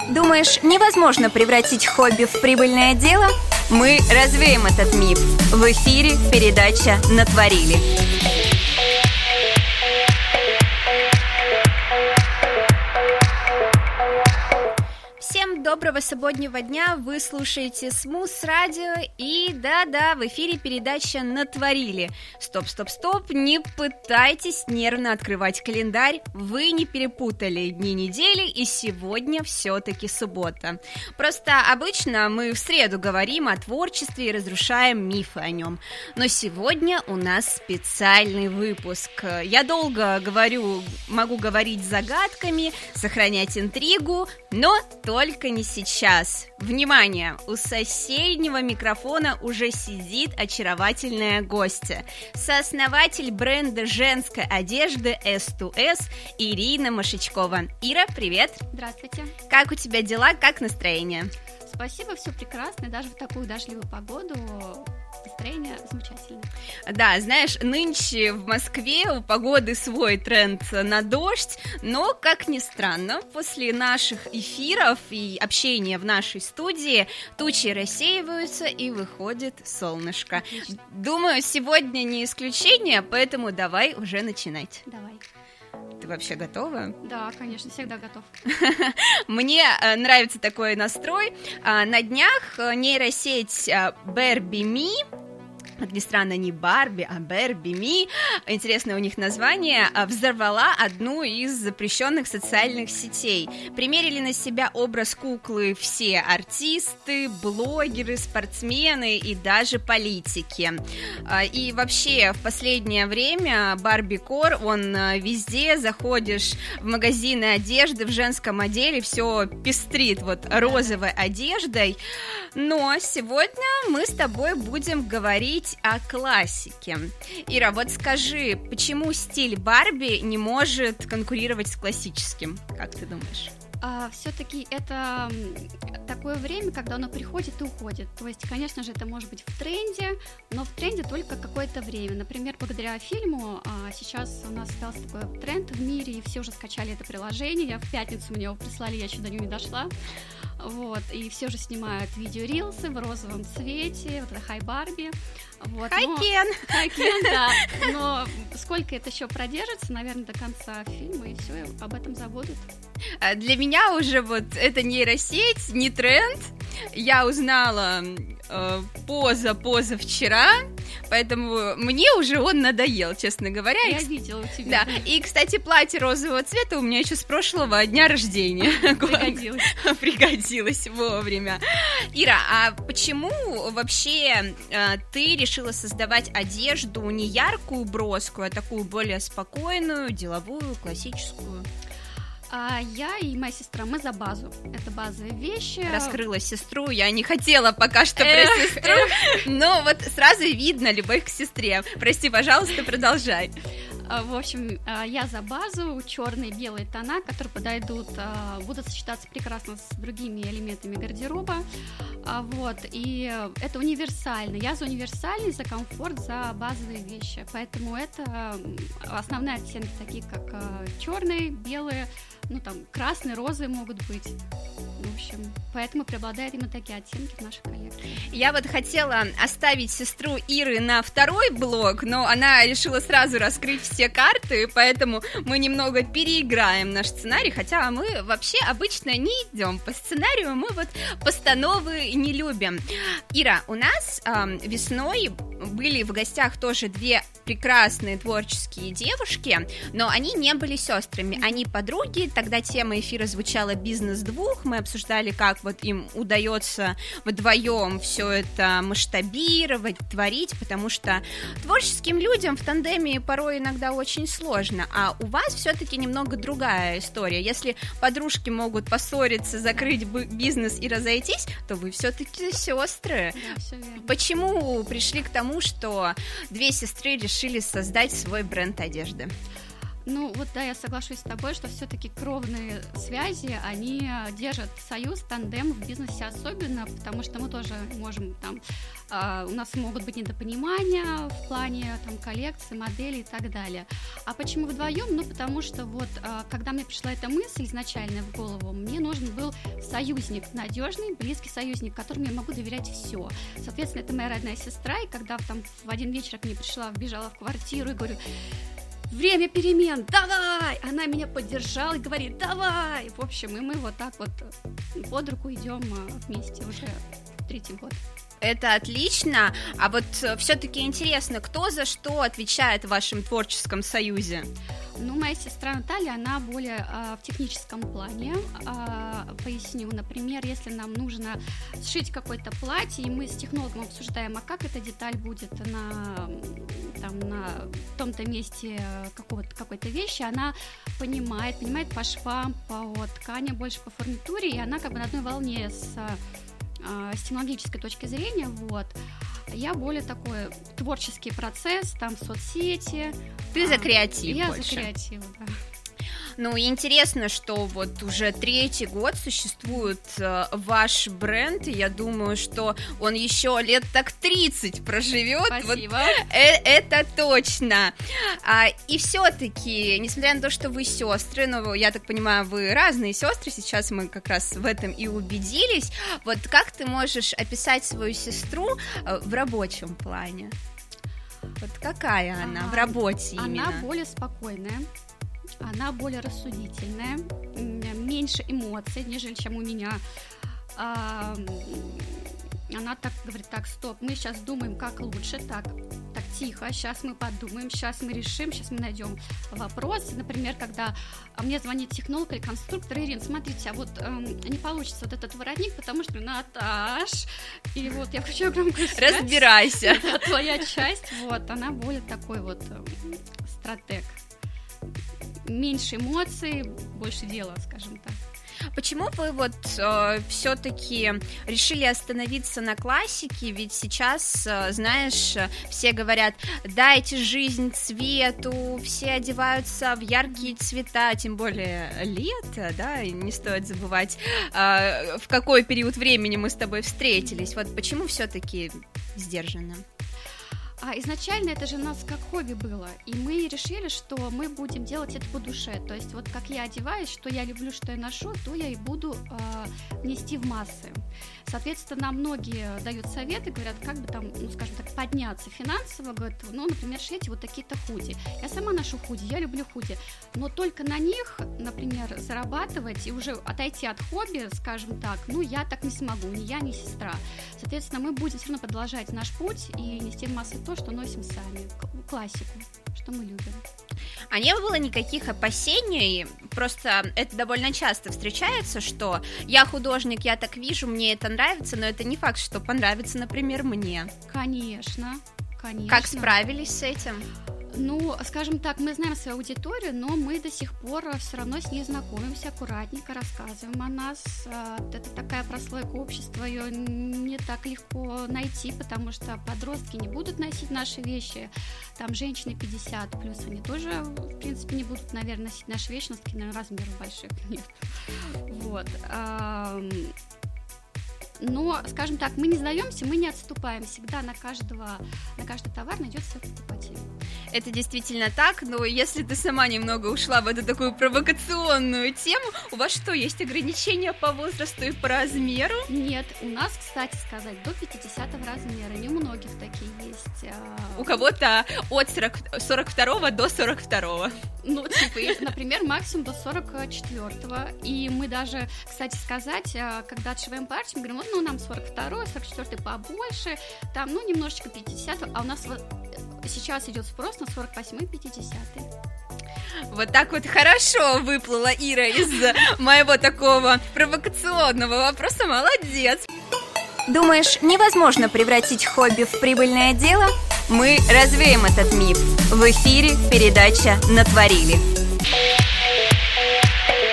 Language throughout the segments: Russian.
Думаешь, невозможно превратить хобби в прибыльное дело? Мы развеем этот миф. В эфире передача «Натворили». Доброго субботнего дня, вы слушаете Смус Радио, и да-да, в эфире передача «Натворили». Стоп, не пытайтесь нервно открывать календарь, вы не перепутали дни недели, и сегодня все-таки суббота. Просто обычно мы в среду говорим о творчестве и разрушаем мифы о нем, но сегодня у нас специальный выпуск. Я долго могу говорить загадками, сохранять интригу, но только не сейчас. Внимание! У соседнего микрофона уже сидит очаровательная гостья. Сооснователь бренда женской одежды S2S Ирина Машичкова. Ира, привет! Здравствуйте! Как у тебя дела, как настроение? Спасибо, все прекрасно, даже в такую дождливую погоду настроение замечательное. Да, знаешь, нынче в Москве у погоды свой тренд на дождь, но, как ни странно, после наших эфиров и общения в нашей студии тучи рассеиваются и выходит солнышко. Отлично. Думаю, сегодня не исключение, поэтому давай уже начинать. Давай. Ты вообще готова? Да, конечно, всегда готов. Мне нравится такой настрой. На днях нейросеть Berbime, как ни странно, не Барби, а Berbime, интересное у них название, взорвала одну из запрещенных социальных сетей. Примерили на себя образ куклы все артисты, блогеры, спортсмены и даже политики. И вообще в последнее время Барбикор, он везде, заходишь в магазины одежды, в женском отделе, все пестрит вот розовой одеждой. Но сегодня мы с тобой будем говорить о классике. Ира, вот скажи, почему стиль Барби не может конкурировать с классическим? Как ты думаешь? Все-таки это такое время, когда оно приходит и уходит. То есть, конечно же, это может быть в тренде, но в тренде только какое-то время. Например, благодаря фильму сейчас у нас остался такой тренд в мире, и все уже скачали это приложение. В пятницу мне его прислали, я еще до него не дошла. Вот, и все же снимают видеорилсы в розовом цвете, вот это «Хай Барби». Вот, Хай Кен! Хай Кен, да. Но сколько это еще продержится, наверное, до конца фильма, и все, об этом забудут. Для меня уже вот эта нейросеть не тренд. Я узнала позавчера, поэтому мне уже он надоел, честно говоря. Я видела у тебя. Да, и, кстати, платье розового цвета у меня еще с прошлого дня рождения. Пригодилось вовремя. Ира, а почему вообще ты решила создавать одежду не яркую, броскую, а такую более спокойную, деловую, классическую? Я и моя сестра, мы за базу. Это базовые вещи. Раскрыла сестру, я не хотела пока что про сестру, но вот сразу видно любовь к сестре. Прости, пожалуйста, продолжай. В общем, я за базу, черные и белые тона, которые подойдут, будут сочетаться прекрасно с другими элементами гардероба. Вот, и это универсально. Я за универсальность, за комфорт, за базовые вещи. Поэтому это основные оттенки, такие как черные, белые, ну там красные, розовые могут быть. В общем, поэтому преобладают именно такие оттенки в нашей коллекции. Я вот хотела оставить сестру Иры на второй блок, но она решила сразу раскрыть все карты, поэтому мы немного переиграем наш сценарий, хотя мы вообще обычно не идем по сценарию, мы вот постановы не любим. Ира, у нас весной были в гостях тоже две прекрасные творческие девушки, но они не были сестрами, они подруги. Тогда тема эфира звучала «Бизнес двух», мы обсуждали, как вот им удается вдвоем все это масштабировать, творить, потому что творческим людям в тандеме порой иногда очень сложно, а у вас все-таки немного другая история. Если подружки могут поссориться, закрыть бизнес и разойтись, то вы все-таки сестры. Да, все верно. Почему пришли к тому, что две сестры решили создать свой бренд одежды? Ну, вот да, я соглашусь с тобой, что все-таки кровные связи, они держат союз, тандем в бизнесе особенно, потому что мы тоже можем там, у нас могут быть недопонимания в плане там коллекции, моделей и так далее. А почему вдвоем? Ну, потому что вот, когда мне пришла эта мысль изначально в голову, мне нужен был союзник, надежный, близкий союзник, которому я могу доверять все. Соответственно, это моя родная сестра, и когда там в один вечер к ней пришла, вбежала в квартиру и говорю: время перемен, давай! Она меня поддержала и говорит: давай! В общем, и мы вот так вот под руку идем вместе уже 3-й год. Это отлично. А вот все-таки интересно, кто за что отвечает в вашем творческом союзе? Ну, моя сестра Наталья, она более в техническом плане. Поясню, например, если нам нужно сшить какое-то платье, и мы с технологом обсуждаем, а как эта деталь будет на том-то месте какой-то вещи, она понимает по швам, по ткани, больше по фурнитуре, и она как бы на одной волне с технологической точки зрения, вот. Я более такой творческий процесс, там соцсети. Ты за креатив я больше. За креатив, да. Ну, и интересно, что вот уже 3-й год существует ваш бренд, и я думаю, что он еще лет так 30 проживет. Спасибо. Вот, это точно. И все-таки, несмотря на то, что вы сестры, ну, я так понимаю, вы разные сестры, сейчас мы как раз в этом и убедились. Вот как ты можешь описать свою сестру в рабочем плане? Вот какая она в работе именно? Она более спокойная. Она более рассудительная, меньше эмоций, нежели чем у меня. Она так говорит: так, стоп, мы сейчас думаем, как лучше, так, тихо, сейчас мы подумаем, сейчас мы решим, сейчас мы найдем вопрос. Например, когда мне звонит технолог или конструктор: Ирина, смотрите, а вот не получится вот этот воротник, потому что Наташ, и вот я включаю громкую связь. Разбирайся. Это твоя часть, вот, она более такой вот стратег. Меньше эмоций, больше дела, скажем так. Почему вы вот все-таки решили остановиться на классике? Ведь сейчас, знаешь, все говорят: дайте жизнь цвету, все одеваются в яркие цвета, тем более лето, да, и не стоит забывать, в какой период времени мы с тобой встретились. Вот почему все-таки сдержанно? Изначально это же у нас как хобби было, и мы решили, что мы будем делать это по душе, то есть вот как я одеваюсь, что я люблю, что я ношу, то я и буду нести в массы. Соответственно, многие дают советы, говорят, как бы там, ну, скажем так, подняться финансово, говорят, ну, например, шейте вот такие-то худи. Я сама ношу худи, я люблю худи, но только на них, например, зарабатывать и уже отойти от хобби, скажем так, ну, я так не смогу, ни я, ни сестра. Соответственно, мы будем все равно продолжать наш путь и нести в массы то, что носим сами, классику, что мы любим. А не было никаких опасений? Просто это довольно часто встречается, что я художник, я так вижу, мне это нравится, но это не факт, что понравится, например, мне. Конечно. Как справились с этим? Ну, скажем так, мы знаем свою аудиторию, но мы до сих пор все равно с ней знакомимся, аккуратненько рассказываем о нас. Это такая прослойка общества, ее не так легко найти, потому что подростки не будут носить наши вещи. Там женщины 50 плюс, они тоже, в принципе, не будут, наверное, носить наши вещи, но таких, наверное, размеров больших нет. Вот. Но, скажем так, мы не сдаемся, мы не отступаем. Всегда на каждый товар найдется покупатель. Это действительно так, но если ты сама немного ушла в эту такую провокационную тему, у вас что, есть ограничения по возрасту и по размеру? Нет, у нас, кстати сказать, до 50-го размера, не у многих такие есть. У кого-то от 42 до 42. Ну, типа, например, максимум до 44-го. И мы даже, кстати сказать, когда отшиваем партию, мы говорим, ну, нам 42-й, 44-й побольше, там, ну, немножечко 50-й, а у нас сейчас идет спрос на 48-й, 50-й. Вот так вот хорошо выплыла Ира из моего такого провокационного вопроса, молодец. Думаешь, невозможно превратить хобби в прибыльное дело? Мы развеем этот миф. В эфире передача «Натворили». Всем привет!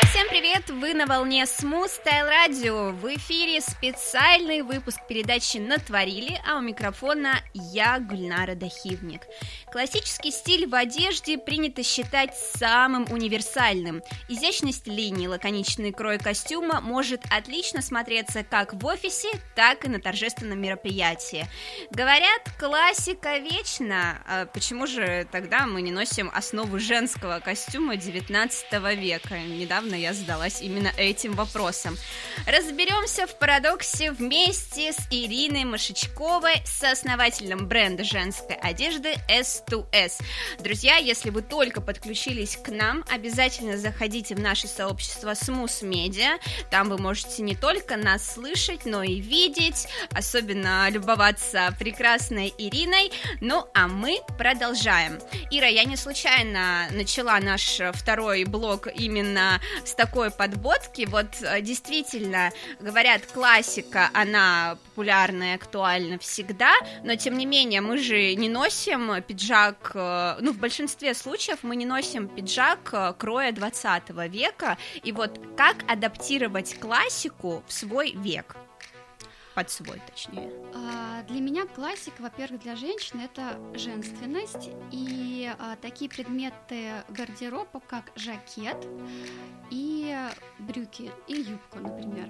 привет! Вы на волне Smooth Style Radio. В эфире специальный выпуск передачи «Натворили», а у микрофона я, Гульнара Дахивник. Классический стиль в одежде принято считать самым универсальным. Изящность линий, лаконичный крой костюма может отлично смотреться как в офисе, так и на торжественном мероприятии. Говорят, классика вечна. А почему же тогда мы не носим основу женского костюма 19 века? Недавно я задалась именно этим вопросом. Разберемся в парадоксе вместе с Ириной Машичковой, сооснователем бренда женской одежды S2S. Друзья, если вы только подключились к нам, обязательно заходите в наше сообщество Smooth Media. Там вы можете не только нас слышать, но и видеть, особенно любоваться прекрасной Ириной. Ну, а мы продолжаем. Ира, я не случайно начала наш второй блок именно с такой подводки. Вот действительно, говорят, классика, она популярна и актуальна всегда, но тем не менее мы же не носим пиджак, ну, в большинстве случаев мы не носим пиджак кроя 20 века, и вот как адаптировать классику в свой век? Под свой, точнее. Для меня классика, во-первых, для женщины это женственность и такие предметы гардероба, как жакет и брюки, и юбка, например.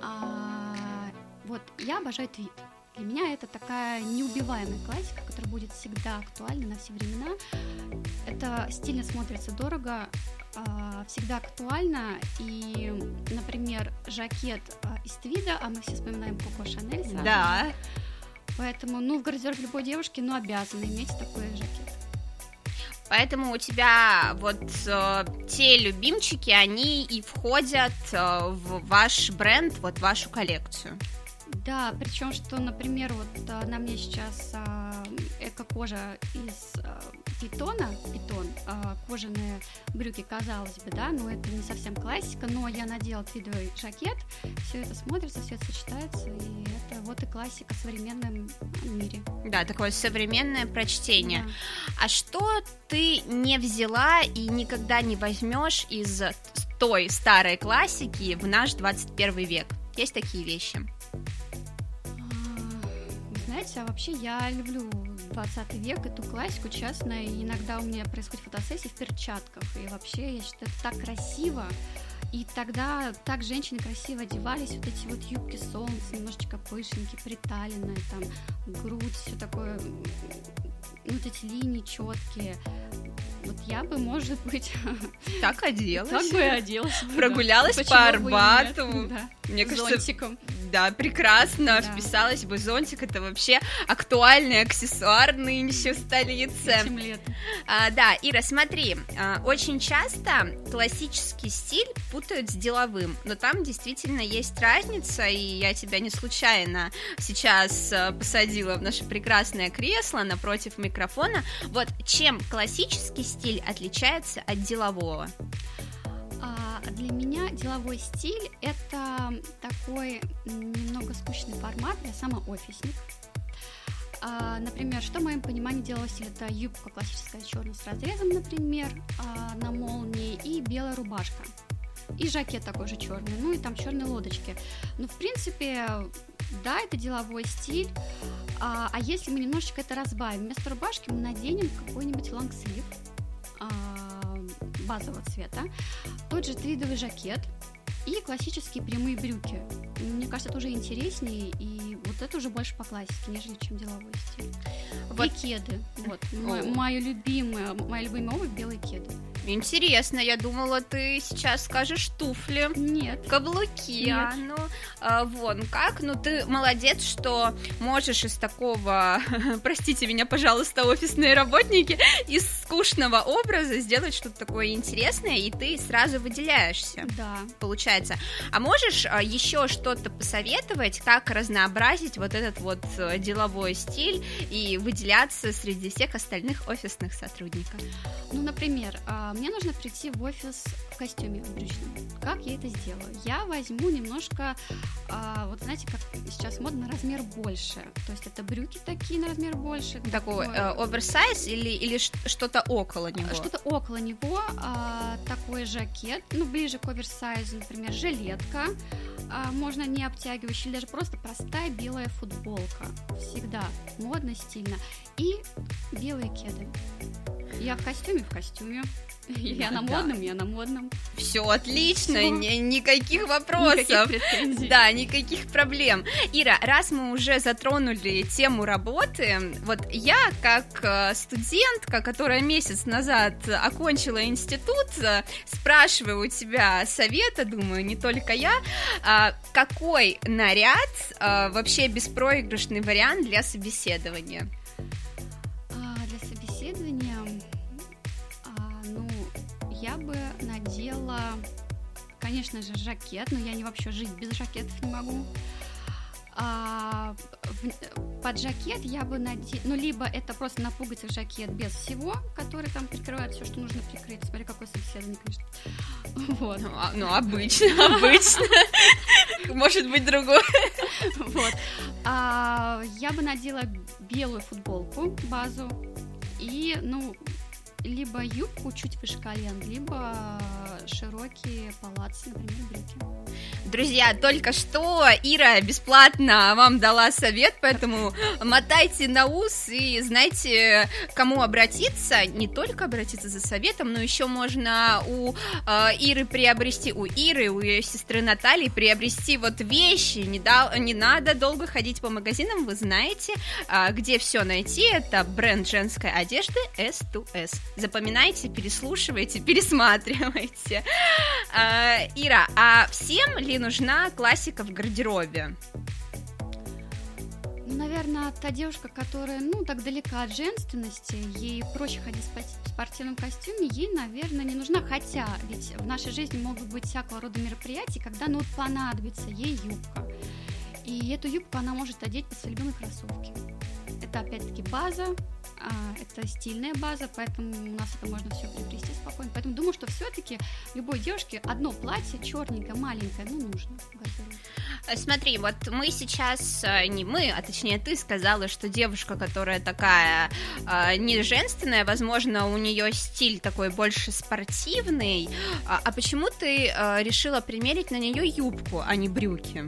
Вот я обожаю твид. Для меня это такая неубиваемая классика, которая будет всегда актуальна на все времена. Это стильно смотрится, дорого, всегда актуально. И, например, жакет из твида, а мы все вспоминаем Коко Шанель. Да. Поэтому, в гардеробе любой девушки, обязаны иметь такой жакет. Поэтому у тебя вот те любимчики, они и входят в ваш бренд, вот в вашу коллекцию. Да, причем, что, например, вот на мне сейчас эко-кожа из питон, кожаные брюки, казалось бы, да, но это не совсем классика, но я надела твидовый жакет, все это смотрится, все это сочетается, и это вот и классика в современном мире. Да, такое современное прочтение. Да. А что ты не взяла и никогда не возьмешь из той старой классики в наш 21 век? Есть такие вещи? Знаете, а вообще я люблю 20 век, эту классику, честно, и иногда у меня происходит фотосессии в перчатках, и вообще я считаю, это так красиво, и тогда так женщины красиво одевались, вот эти вот юбки солнца, немножечко пышненькие, приталенные, там, грудь, все такое, вот эти линии четкие. Вот я бы, может быть, так оделась. Так бы и оделась. Прогулялась по Арбату. Да. Мне кажется, зонтиком. Да, прекрасно, да. Вписалась бы зонтик, это вообще актуальный аксессуар нынче в столице. Этим летом. Да, Ира, смотри, очень часто классический стиль путают с деловым, но там действительно есть разница, и я тебя не случайно сейчас посадила в наше прекрасное кресло напротив микрофона. Вот чем классический стиль отличается от делового? Для меня деловой стиль – это такой немного скучный формат, я сама офисник. Например, что в моем понимании деловой стиль – это юбка классическая черная с разрезом, например, на молнии, и белая рубашка. И жакет такой же черный, и там черные лодочки. Ну, в принципе, да, это деловой стиль. А если мы немножечко это разбавим, вместо рубашки мы наденем какой-нибудь лонгслив базового цвета, тот же твидовый жакет и классические прямые брюки. Мне кажется, это уже интереснее, и вот это уже больше по классике, нежели чем деловой стиль. Вот. И кеды. Вот. Моя любимая обувь — белые кеды. Интересно, я думала, ты сейчас скажешь туфли. Нет. Каблуки. Нет. Вон как. Ты молодец, что можешь из такого, простите меня, пожалуйста, офисные работники, из скучного образа сделать что-то такое интересное, и ты сразу выделяешься. Да. Получается. А можешь еще что-то посоветовать, как разнообразить вот этот вот деловой стиль и выделить выделяться среди всех остальных офисных сотрудников? Ну, например, мне нужно прийти в офис в костюме брючном. Как я это сделаю? Я возьму немножко, вот знаете, как сейчас модно, размер больше. То есть это брюки такие на размер больше. Такой оверсайз или что-то около него? Что-то около него, такой жакет, ну, ближе к оверсайзу, например, жилетка, можно не обтягивающая, или даже просто простая белая футболка. Всегда модно, стильно. И белые кеды. Я в костюме. Я на модном. Все отлично, всё. Никаких вопросов. Никаких претензий. Да, никаких проблем. Ира, раз мы уже затронули тему работы, вот я как студентка, которая месяц назад окончила институт, спрашиваю у тебя совета, думаю, не только я, какой наряд вообще беспроигрышный вариант для собеседования? Для собеседования... Я бы надела, конечно же, жакет, но я вообще жить без жакетов не могу. Под жакет я бы надела, ну, либо это просто на пуговицах жакет без всего, который там прикрывает все, что нужно прикрыть. Смотри, какой собеседование, конечно. Вот. Ну, обычно. Может быть, другой. Вот. Я бы надела белую футболку, базу, и, либо юбку чуть выше колен, либо широкие палацы, например, брюки. Друзья, только что Ира бесплатно вам дала совет, поэтому мотайте на ус и знайте, к кому обратиться. Не только обратиться за советом, но еще можно у Иры приобрести, у ее сестры Натальи приобрести вот вещи. Не надо долго ходить по магазинам, вы знаете, где все найти. Это бренд женской одежды S2S. Запоминайте, переслушивайте, пересматривайте. Ира, а всем ли нужна классика в гардеробе? Наверное, та девушка, которая, так далека от женственности, ей проще ходить в спортивном костюме, ей, наверное, не нужна. Хотя, ведь в нашей жизни могут быть всякого рода мероприятия, когда, понадобится ей юбка. И эту юбку она может одеть под свои любимые кроссовки. Это, опять-таки, база, это стильная база, поэтому у нас это можно все приобрести спокойно. Поэтому думаю, что все-таки любой девушке одно платье черненькое, маленькое, нужно в гардеробе. Смотри, вот мы сейчас, не мы, а точнее ты сказала, что девушка, которая такая не женственная, возможно, у нее стиль такой больше спортивный. А почему ты решила примерить на нее юбку, а не брюки?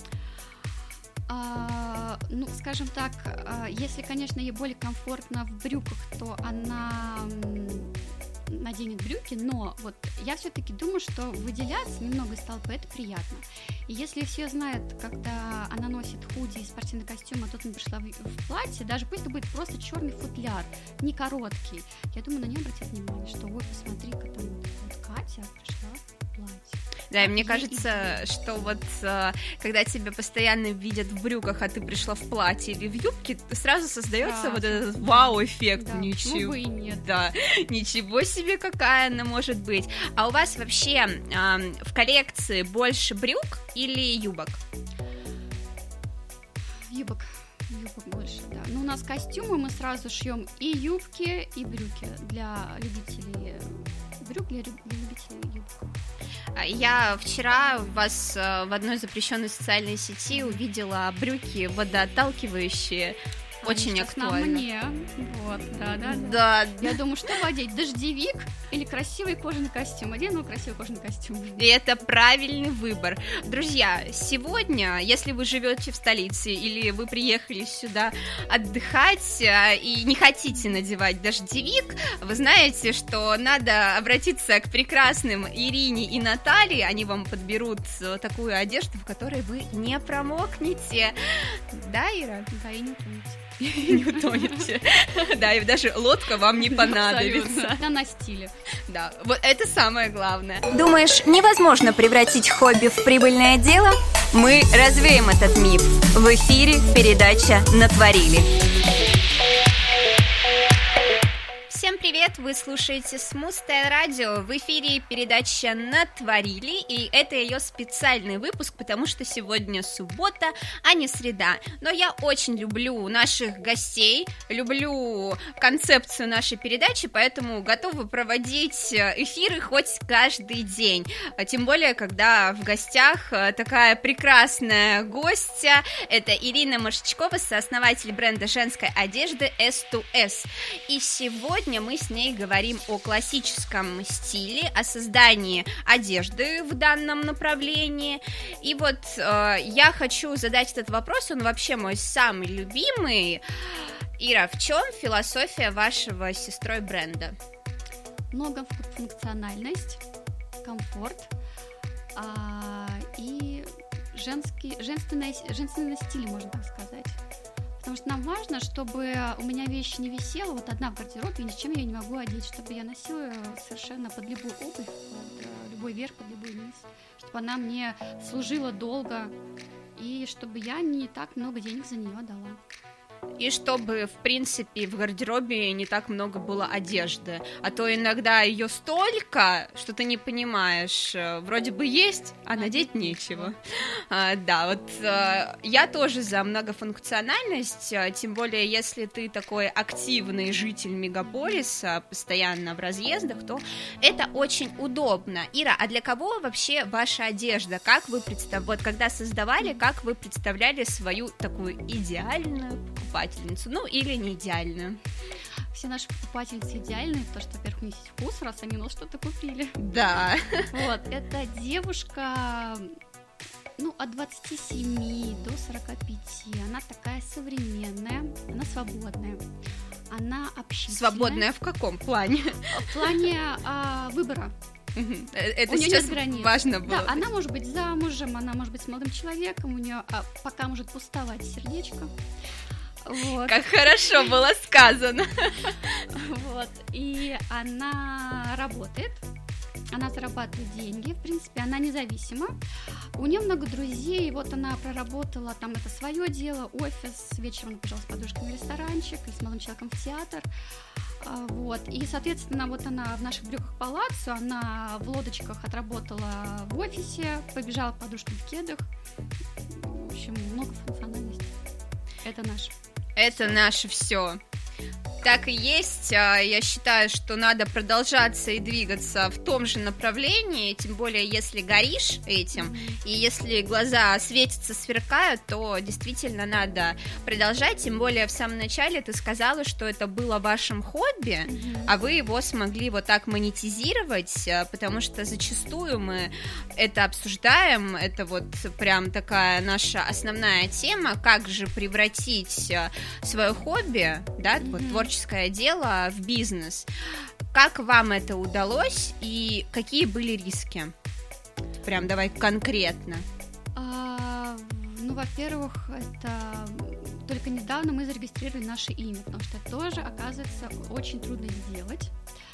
Скажем так, если, конечно, ей более комфортно в брюках, то она наденет брюки, но вот я все-таки думаю, что выделяться немного из толпы — это приятно. И если все знают, когда она носит худи и спортивный костюм, а тут она пришла в платье, даже пусть это будет просто черный футляр, не короткий, я думаю, на нее обратят внимание, что ой, посмотри-ка, там вот Катя пришла в платье. Да, и мне кажется, что вот когда тебя постоянно видят в брюках, а ты пришла в платье или в юбке, сразу создается вот этот вау-эффект. Да. Ничего. бы и нет. Да, ничего себе, какая она может быть. А у вас вообще в коллекции больше брюк или юбок? Юбок больше, да. У нас костюмы, мы сразу шьем и юбки, и брюки для любителей брюк, для любителей юбок. Я вчера вас в одной запрещенной социальной сети увидела брюки водоотталкивающие. Очень актуально. Мне. Вот, да. Я думаю, что одеть? Дождевик или красивый кожаный костюм? Одену красивый кожаный костюм. И это правильный выбор. Друзья, сегодня, если вы живете в столице или вы приехали сюда отдыхать и не хотите надевать дождевик, вы знаете, что надо обратиться к прекрасным Ирине и Наталье. Они вам подберут такую одежду, в которой вы не промокнете. Да, Ира? Да, и не утонете. Не утонете. Да, и даже лодка вам не понадобится. Абсолютно. На стиле. Да, вот это самое главное. Думаешь, невозможно превратить хобби в прибыльное дело? Мы развеем этот миф. В эфире передача «Натворили». Всем привет! привет! Вы слушаете Smooth Style Radio. В эфире передача «Натворили», и это ее специальный выпуск, потому что сегодня суббота, а не среда. Но я очень люблю наших гостей, люблю концепцию нашей передачи, поэтому готова проводить эфиры хоть каждый день. Тем более, когда в гостях такая прекрасная гостья. Это Ирина Машичкова, сооснователь бренда женской одежды S2S. И сегодня мы с ней говорим о классическом стиле, о создании одежды в данном направлении. И вот я хочу задать этот вопрос, он вообще мой самый любимый. Ира, в чем философия вашего с сестрой бренда? Многофункциональность, комфорт и женственный стиль, можно так сказать. Потому что нам важно, чтобы у меня вещь не висела вот одна в гардеробе, и ничем я не могу одеть, чтобы я носила совершенно под любую обувь, под любой верх, под любой низ, чтобы она мне служила долго, и чтобы я не так много денег за нее дала. И чтобы, в принципе, в гардеробе не так много было одежды. А то иногда ее столько, что ты не понимаешь. Вроде бы есть, а надеть нечего. Да, вот я тоже за многофункциональность, тем более, если ты такой активный житель мегаполиса, постоянно в разъездах, то это очень удобно. Ира, а для кого вообще ваша одежда? Как вы вот когда создавали, как вы представляли свою такую идеальную покупательницу, ну или не идеальную? Все наши покупательницы идеальные, потому что, во-первых, у них есть вкус, раз они нас что-то купили. Да. Вот, это девушка, от 27 до 45, она такая современная, она свободная, она общительная. Свободная в каком плане? В плане выбора. Это сейчас важно было. Да, она может быть замужем, она может быть с молодым человеком, у нее пока может пустовать сердечко. Вот. Как хорошо было сказано. Вот. И она работает, она зарабатывает деньги, в принципе, она независима. У нее много друзей, вот она проработала, там это свое дело, офис, вечером она побежала с подружками в ресторанчик или с молодым человеком в театр. Вот. И, соответственно, вот она в наших брюках палаццо, она в лодочках отработала в офисе, побежала к подружкам в кедах. В общем, многофункциональность. Это наш. Это наше все. Так и есть. Я считаю, что надо продолжаться и двигаться в том же направлении, тем более, если горишь этим, и если глаза светятся, сверкают, то действительно надо продолжать, тем более в самом начале ты сказала, что это было вашим хобби, а вы его смогли вот так монетизировать, потому что зачастую мы это обсуждаем, это вот прям такая наша основная тема, как же превратить свое хобби, да, вот творческое дело в бизнес. Как вам это удалось и какие были риски? Прям давай конкретно. Во-первых, это только недавно мы зарегистрировали наше имя, потому что это тоже, оказывается, очень трудно сделать.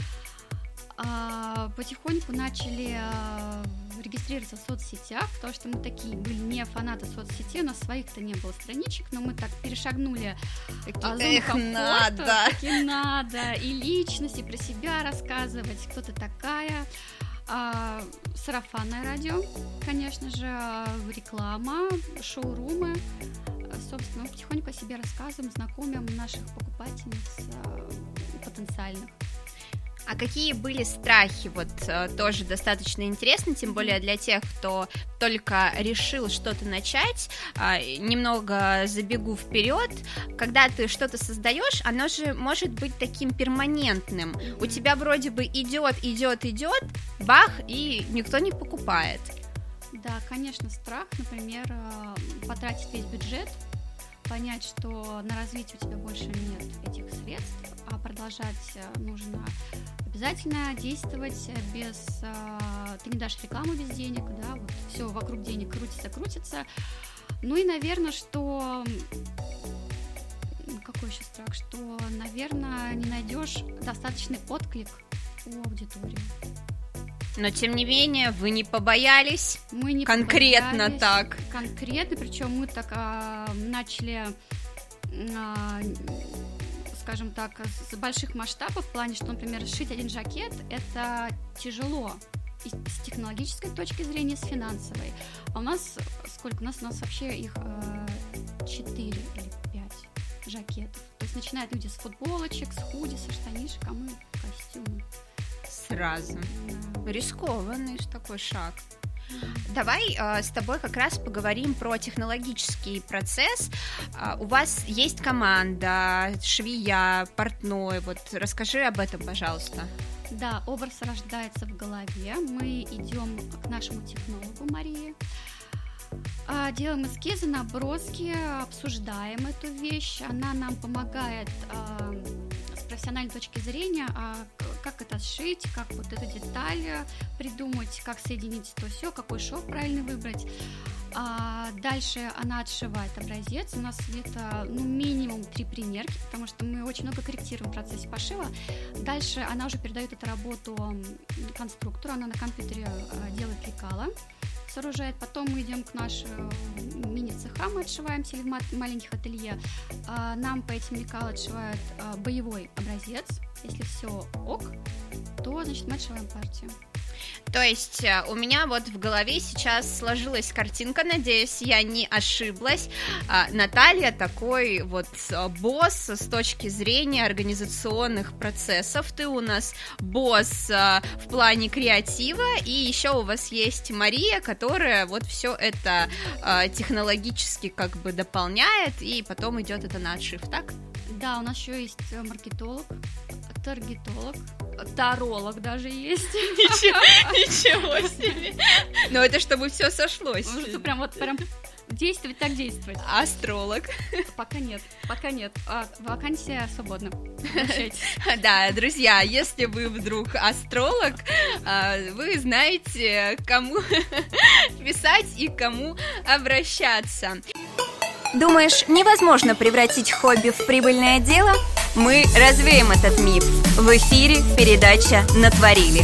Потихоньку начали регистрироваться в соцсетях, потому что мы такие были не фанаты соцсетей, у нас своих-то не было страничек, но мы так перешагнули зону комфорта. Надо, и личность, и про себя рассказывать, кто ты такая. Сарафанное радио, конечно же, реклама, шоурумы. Собственно, мы потихоньку о себе рассказываем, знакомим наших покупательниц потенциальных. А какие были страхи? Вот тоже достаточно интересно, тем более для тех, кто только решил что-то начать. Немного забегу вперед. Когда ты что-то создаешь, оно же может быть таким перманентным. У тебя вроде бы идет, бах, и никто не покупает. Да, конечно, страх, например, потратить весь бюджет, понять, что на развитие у тебя больше нет этих средств, а продолжать нужно обязательно действовать без... Ты не дашь рекламу без денег, да, вот все вокруг денег крутится. Ну и, наверное, что... Какой еще страх? Что, наверное, не найдешь достаточный отклик у аудитории. Но, тем не менее, вы не побоялись? Мы не конкретно побоялись, так? Конкретно, причем мы так начали скажем так, с больших масштабов, в плане, что, например, сшить один жакет – это тяжело и с технологической точки зрения, с финансовой. А у нас сколько? У нас вообще их 4 или 5 жакетов. То есть начинают люди с футболочек, с худи, со штанишек, а мы костюмы. Сразу. Рискованный такой шаг. Давай с тобой как раз поговорим про технологический процесс. У вас есть команда, швея, портной. Вот расскажи об этом, пожалуйста. Да, образ рождается в голове. Мы идем к нашему технологу Марии, делаем эскизы, наброски, обсуждаем эту вещь. Она нам помогает с профессиональной точки зрения, как это сшить, как вот эту деталь придумать, как соединить то все, какой шов правильно выбрать. Дальше она отшивает образец. У нас где-то минимум 3 примерки, потому что мы очень много корректируем в процессе пошива. Дальше она уже передает эту работу конструктору, она на компьютере делает лекало, сооружает. Потом мы идем к нашим мини-цехам, мы отшиваемся или в маленьких ателье. Нам по этим лекалам отшивают боевой образец. Если все ок, то, значит, мы отшиваем партию. То есть у меня вот в голове сейчас сложилась картинка, надеюсь, я не ошиблась. Наталья такой вот босс с точки зрения организационных процессов. Ты у нас босс в плане креатива, и еще у вас есть Мария, которая вот все это технологически как бы дополняет, и потом идет это на отшив, так? Да, у нас еще есть маркетолог, таргетолог, таролог даже есть. Ничего себе. Но это чтобы все сошлось. Прям действовать так действовать. Астролог. Пока нет. Вакансия свободна. Да, друзья, если вы вдруг астролог, вы знаете, кому писать и кому обращаться. Думаешь, невозможно превратить хобби в прибыльное дело? Мы развеем этот миф. В эфире передача «Натворили».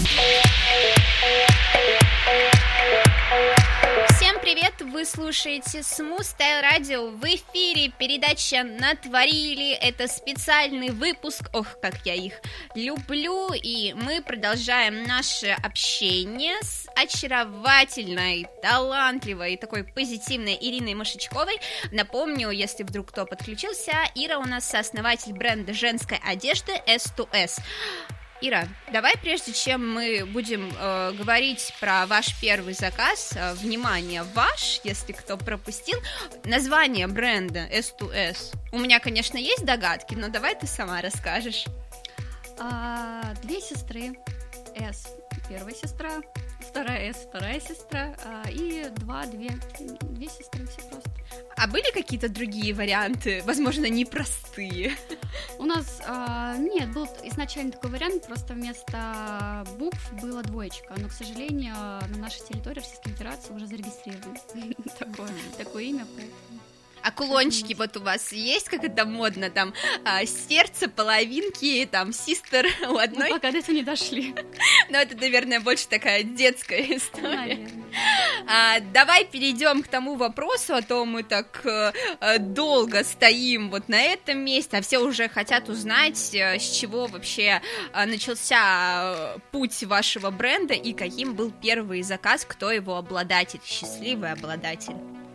Всем привет! Вы слушаете Smooth Style Radio. В эфире передача «Натворили». Это специальный выпуск. Ох, как я их люблю. И мы продолжаем наше общение с очаровательной, талантливой и такой позитивной Ириной Машичковой. Напомню, если вдруг кто подключился, Ира у нас сооснователь бренда женской одежды S2S. Ира, давай, прежде чем мы будем говорить про ваш первый заказ, внимание, ваш, если кто пропустил, название бренда S2S. У меня, конечно, есть догадки, но давай ты сама расскажешь. 2 сестры, S первая сестра, вторая S вторая сестра, и 2 сестры, все просто. А были какие-то другие варианты, возможно, непростые? У нас нет, был изначально такой вариант, просто вместо букв было 2, но, к сожалению, на нашей территории Российской Федерации уже зарегистрировано такое имя, поэтому... А кулончики вот у вас есть, как это модно, там, сердце, половинки, там, систер у одной? Мы пока до этого не дошли. Но это, наверное, больше такая детская история. Давай перейдем к тому вопросу, а то мы так долго стоим вот на этом месте, а все уже хотят узнать, с чего вообще начался путь вашего бренда и каким был первый заказ, кто его обладатель, счастливый обладатель.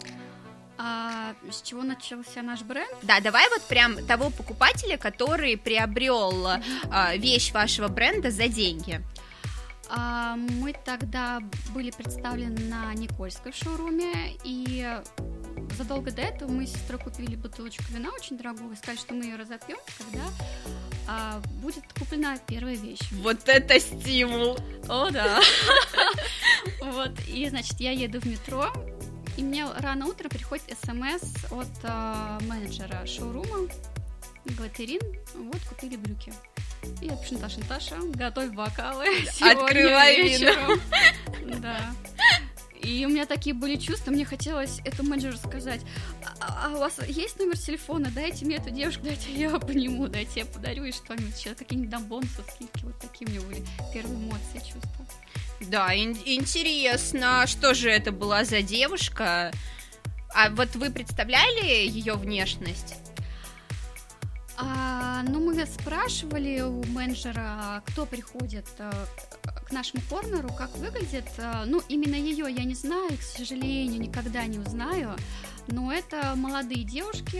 С чего начался наш бренд? Да, давай вот прям того покупателя, который приобрел вещь вашего бренда за деньги. Мы тогда были представлены на Никольской в шоуруме, и задолго до этого мы с сестрой купили бутылочку вина очень дорогого и сказали, что мы ее разопьем, когда будет куплена первая вещь. Вот это стимул! О, да! Вот, и, значит, я еду в метро, и мне рано утром приходит смс от менеджера шоурума. Говорит: Ирин, вот купили брюки. И я пишу: Наташа, готовь бокалы. Открывай вино. Да. И у меня такие были чувства, мне хотелось этому менеджеру сказать: а у вас есть номер телефона, дайте мне эту девушку, дайте я ее обниму, дайте я подарю ей что-нибудь, какие-нибудь там бонусы, скидки, вот такие у меня были первые эмоции, чувства. Да, интересно, что же это была за девушка? А вот вы представляли ее внешность? Ну, мы спрашивали у менеджера, кто приходит к нашему корнеру, как выглядит. Ну, именно ее я не знаю, и, к сожалению, никогда не узнаю. Но это молодые девушки,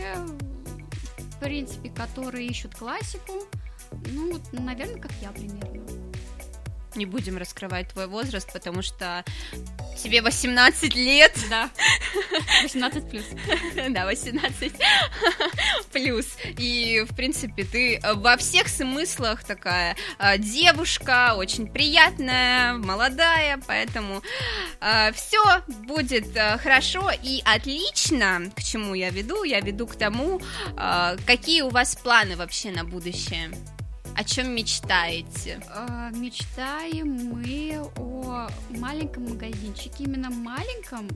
в принципе, которые ищут классику. Ну, вот, наверное, как я примерно. Не будем раскрывать твой возраст, потому что тебе 18 лет. Да, 18 плюс. Да, 18 плюс. И, в принципе, ты во всех смыслах такая девушка, очень приятная, молодая, поэтому все будет хорошо и отлично. К чему я веду? Я веду к тому, какие у вас планы вообще на будущее. О чем мечтаете? Мечтаем мы о маленьком магазинчике, именно маленьком,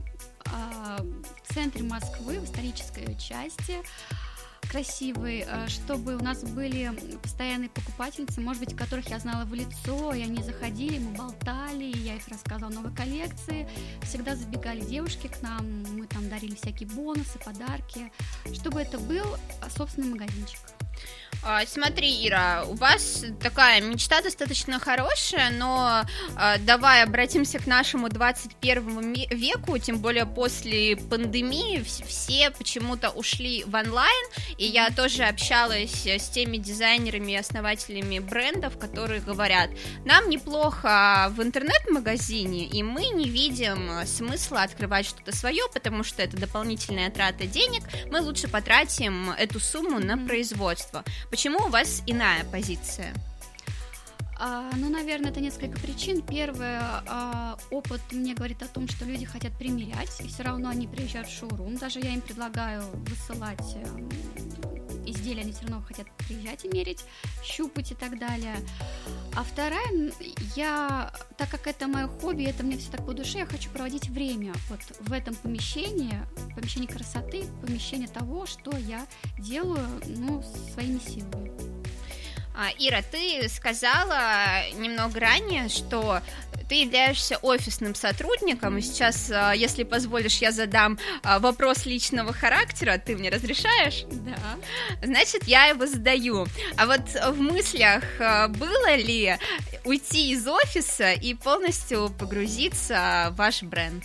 в центре Москвы, в исторической части, красивый, чтобы у нас были постоянные покупательницы, может быть, которых я знала в лицо, и они заходили, мы болтали, я их рассказывала о новой коллекции, всегда забегали девушки к нам, мы там дарили всякие бонусы, подарки, чтобы это был собственный магазинчик. Смотри, Ира, у вас такая мечта достаточно хорошая, но давай обратимся к нашему 21 веку, тем более после пандемии все почему-то ушли в онлайн, и я тоже общалась с теми дизайнерами и основателями брендов, которые говорят, нам неплохо в интернет-магазине, и мы не видим смысла открывать что-то свое, потому что это дополнительная трата денег, мы лучше потратим эту сумму на производство. Почему у вас иная позиция? Ну, наверное, это несколько причин. Первое, опыт мне говорит о том, что люди хотят примерять, и все равно они приезжают в шоурум. Даже я им предлагаю высылать изделия, они все равно хотят приезжать и мерить, щупать и так далее. А вторая, так как это мое хобби, это мне все так по душе, я хочу проводить время вот в этом помещении красоты, помещении того, что я делаю, своими силами. Ира, ты сказала немного ранее, что ты являешься офисным сотрудником, и сейчас, если позволишь, я задам вопрос личного характера, ты мне разрешаешь? Да. Значит, я его задаю. А вот в мыслях было ли уйти из офиса и полностью погрузиться в ваш бренд?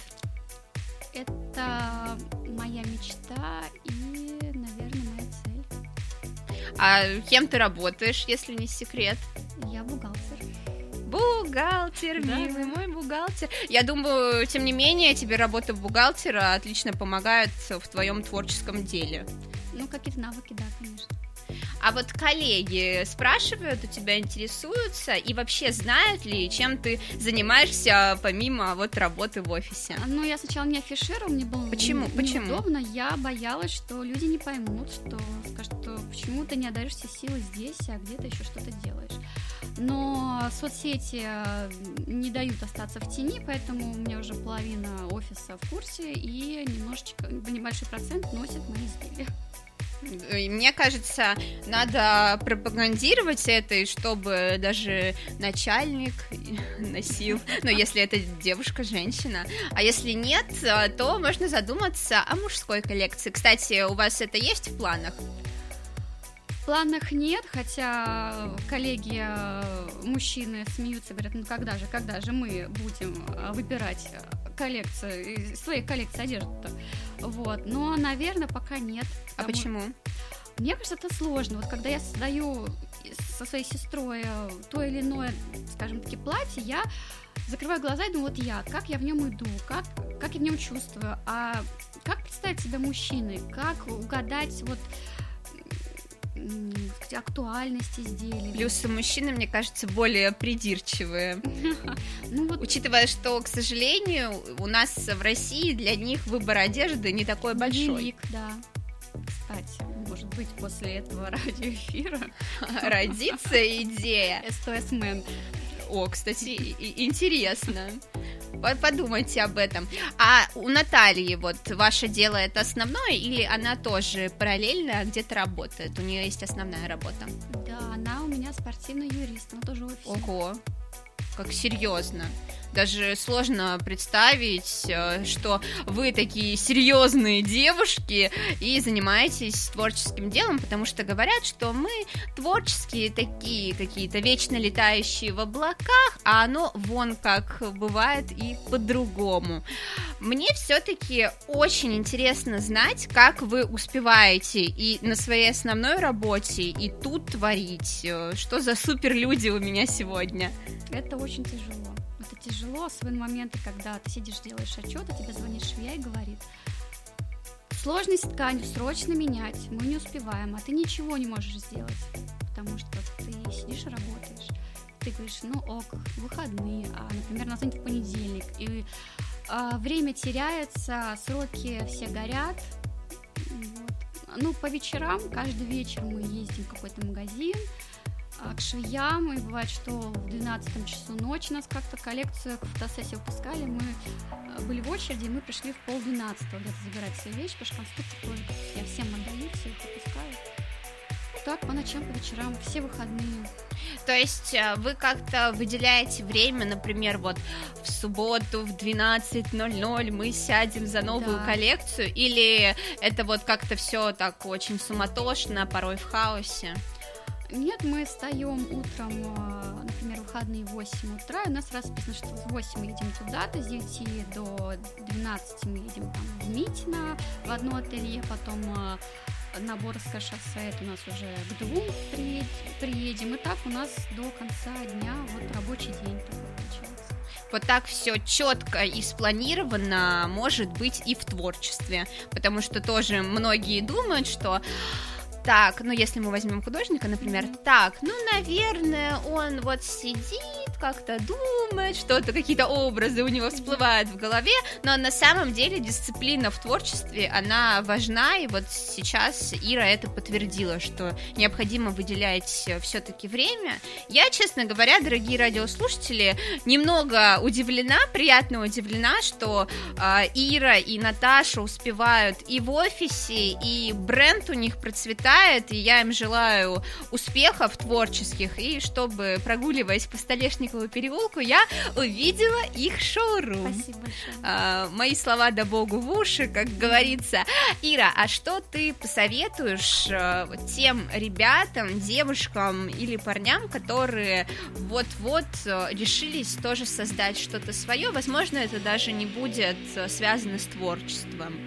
Это моя мечта и, наверное, моя цель. А кем ты работаешь, если не секрет? Я бухгалтер. Бухгалтер, милый мой бухгалтер. Я думаю, тем не менее, тебе работа бухгалтера отлично помогает в твоем творческом деле. Какие-то навыки, да, конечно. А вот коллеги спрашивают у тебя, интересуются и вообще знают ли, чем ты занимаешься помимо вот работы в офисе? Я сначала не афишировала, мне было неудобно, я боялась, что люди не поймут, что скажут, что почему ты не отдаешься силы здесь, а где-то еще что-то делаешь. Но соцсети не дают остаться в тени, поэтому у меня уже половина офиса в курсе, и небольшой процент носит мои изделия. Мне кажется, надо пропагандировать это, и чтобы даже начальник носил, если это девушка, женщина. А если нет, то можно задуматься о мужской коллекции. Кстати, у вас это есть в планах? В планах нет, хотя коллеги, мужчины смеются, говорят, когда же мы будем выбирать свои коллекции одежды-то. Вот. Но, наверное, пока нет. А почему? Мне кажется, это сложно. Вот когда я создаю со своей сестрой то или иное, скажем таки, платье, я закрываю глаза и думаю, как я в нем иду, как я в нем чувствую, а как представить себя мужчиной, как угадать актуальность изделий. Плюс мужчины, мне кажется, более придирчивые. Учитывая, что, к сожалению, у нас в России для них выбор одежды не такой большой. Велик, да. Кстати, может быть, после этого радиоэфира родится идея. SOS-мен. О, кстати, интересно. Подумайте об этом. А у Натальи ваше дело это основное, или она тоже параллельно где-то работает? У нее есть основная работа? Да, она у меня спортивный юрист, она тоже в офисе. Ого, как серьезно. Даже сложно представить, что вы такие серьезные девушки и занимаетесь творческим делом, потому что говорят, что мы творческие такие какие-то вечно летающие в облаках, а оно вон как бывает и по-другому. Мне все-таки очень интересно знать, как вы успеваете и на своей основной работе, и тут творить. Что за суперлюди у меня сегодня? Это очень тяжело. Это тяжело, особенно моменты, когда ты сидишь, делаешь отчет, а тебе звонит швея и говорит: сложность ткани срочно менять, мы не успеваем, а ты ничего не можешь сделать, потому что ты сидишь и работаешь. Ты говоришь: ну ок, выходные, например, на звонит понедельник, и время теряется, сроки все горят. Вот. Ну, по вечерам, каждый вечер мы ездим в какой-то магазин, к швеям, и бывает, что в 12 часу ночи нас как-то коллекцию к фотосессии выпускали, мы были в очереди, и мы пришли в 11:30 где-то забирать свои вещи, потому что конструкторы тоже я всем отдаю, все их выпускаю. Так, по ночам, по вечерам, все выходные. То есть вы как-то выделяете время, например, вот в субботу в 12:00 мы сядем за новую коллекцию, или это вот как-то все так очень суматошно, порой в хаосе? Нет, мы встаем утром, например, выходные в 8 утра, и у нас расписано, что с 8 мы едем туда-то, с 9 до 12 мы едем там в Митино, в одно ателье, потом на Боровское шоссе, это у нас уже к 2 приедем, и так у нас до конца дня вот рабочий день такой получается. Вот так все четко и спланировано может быть и в творчестве, потому что тоже многие думают, что так, ну если мы возьмем художника, например, так, ну, наверное, он вот сидит, как-то думает, что-то, какие-то образы у него всплывают в голове, но на самом деле дисциплина в творчестве, она важна, и вот сейчас Ира это подтвердила, что необходимо выделять все-таки время. Я, честно говоря, дорогие радиослушатели, немного удивлена, приятно удивлена, что Ира и Наташа успевают и в офисе, и бренд у них процветает, и я им желаю успехов творческих, и чтобы, прогуливаясь по Столешникову переулку, я увидела их шоурум. Спасибо большое. Мои слова да богу в уши, как говорится. Ира, а что ты посоветуешь тем ребятам, девушкам или парням, которые вот-вот решились тоже создать что-то свое? Возможно, это даже не будет связано с творчеством.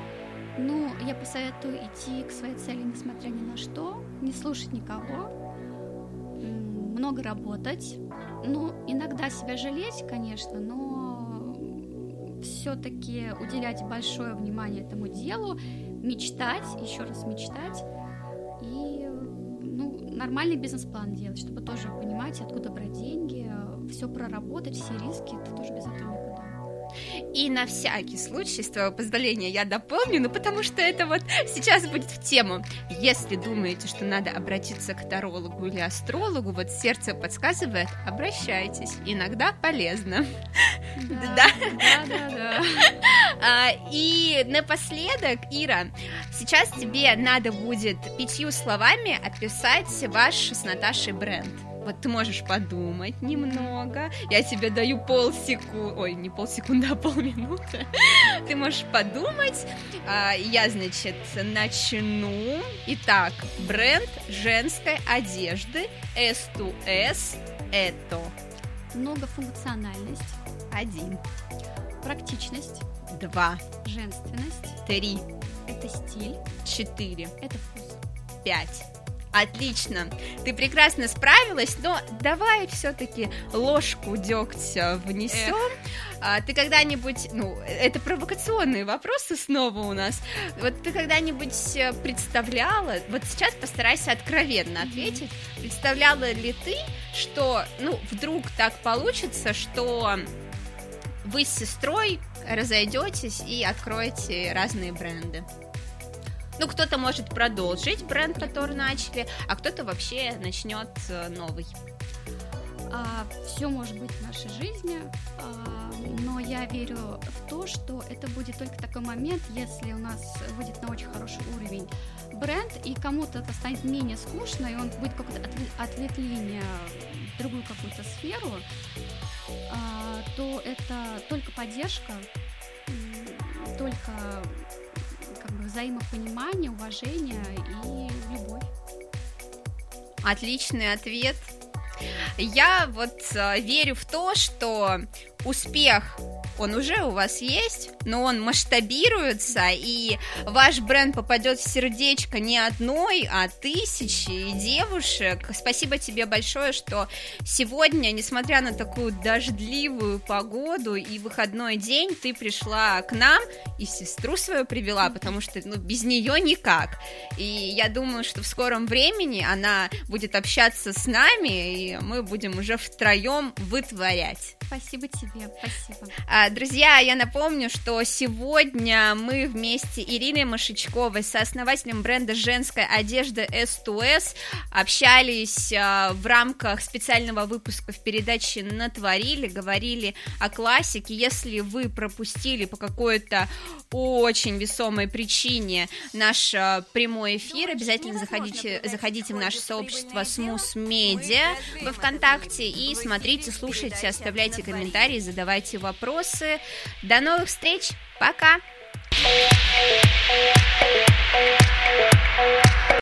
Ну, я посоветую идти к своей цели, несмотря ни на что, не слушать никого, много работать, ну, иногда себя жалеть, конечно, но все-таки уделять большое внимание этому делу, мечтать, еще раз мечтать и, ну, нормальный бизнес-план делать, чтобы тоже понимать, откуда брать деньги, все проработать, все риски, это тоже без этого никуда. И на всякий случай, с твоего позволения, я дополню, ну потому что это вот сейчас будет в тему. Если думаете, что надо обратиться к тарологу или астрологу, вот сердце подсказывает, обращайтесь, иногда полезно. Да. И напоследок, Ира, сейчас тебе надо будет 5 словами описать ваш с Наташей бренд. Вот ты можешь подумать немного. Я тебе даю полсекунды. Ой, не полсекунды, а полминуты. Ты можешь подумать. Я, значит, начну. Итак, бренд женской одежды S2S это. Многофункциональность. 1. Практичность. 2. Женственность. 3. Это стиль. 4. Это вкус. 5. Отлично, ты прекрасно справилась, но давай все-таки ложку дегтя внесем. Ты когда-нибудь, ну, это провокационные вопросы снова у нас. Вот ты когда-нибудь представляла, вот сейчас постарайся откровенно ответить, представляла ли ты, что, ну, вдруг так получится, что вы с сестрой разойдетесь и откроете разные бренды? Ну, кто-то может продолжить бренд, который начали, а кто-то вообще начнет новый. Все может быть в нашей жизни, но я верю в то, что это будет только такой момент, если у нас выйдет на очень хороший уровень бренд, и кому-то это станет менее скучно, и он будет какое-то ответвление в другую какую-то сферу, то это только поддержка, только как бы взаимопонимание, уважение и любовь. Отличный ответ. Я вот верю в то, что успех, он уже у вас есть, но он масштабируется, и ваш бренд попадет в сердечко не одной, а тысячи девушек. Спасибо тебе большое, что сегодня, несмотря на такую дождливую погоду и выходной день, ты пришла к нам и сестру свою привела, потому что без нее никак. И я думаю, что в скором времени она будет общаться с нами, и мы будем уже втроем вытворять. Спасибо тебе, спасибо. Друзья, я напомню, что сегодня мы вместе с Ириной Машичковой, сооснователем бренда женской одежды S2S, общались в рамках специального выпуска в передаче «Натворили», говорили о классике. Если вы пропустили по какой-то очень весомой причине наш прямой эфир, обязательно заходите в наше сообщество Smooth Media во ВКонтакте и смотрите, слушайте, оставляйте комментарии, задавайте вопросы. До новых встреч, пока!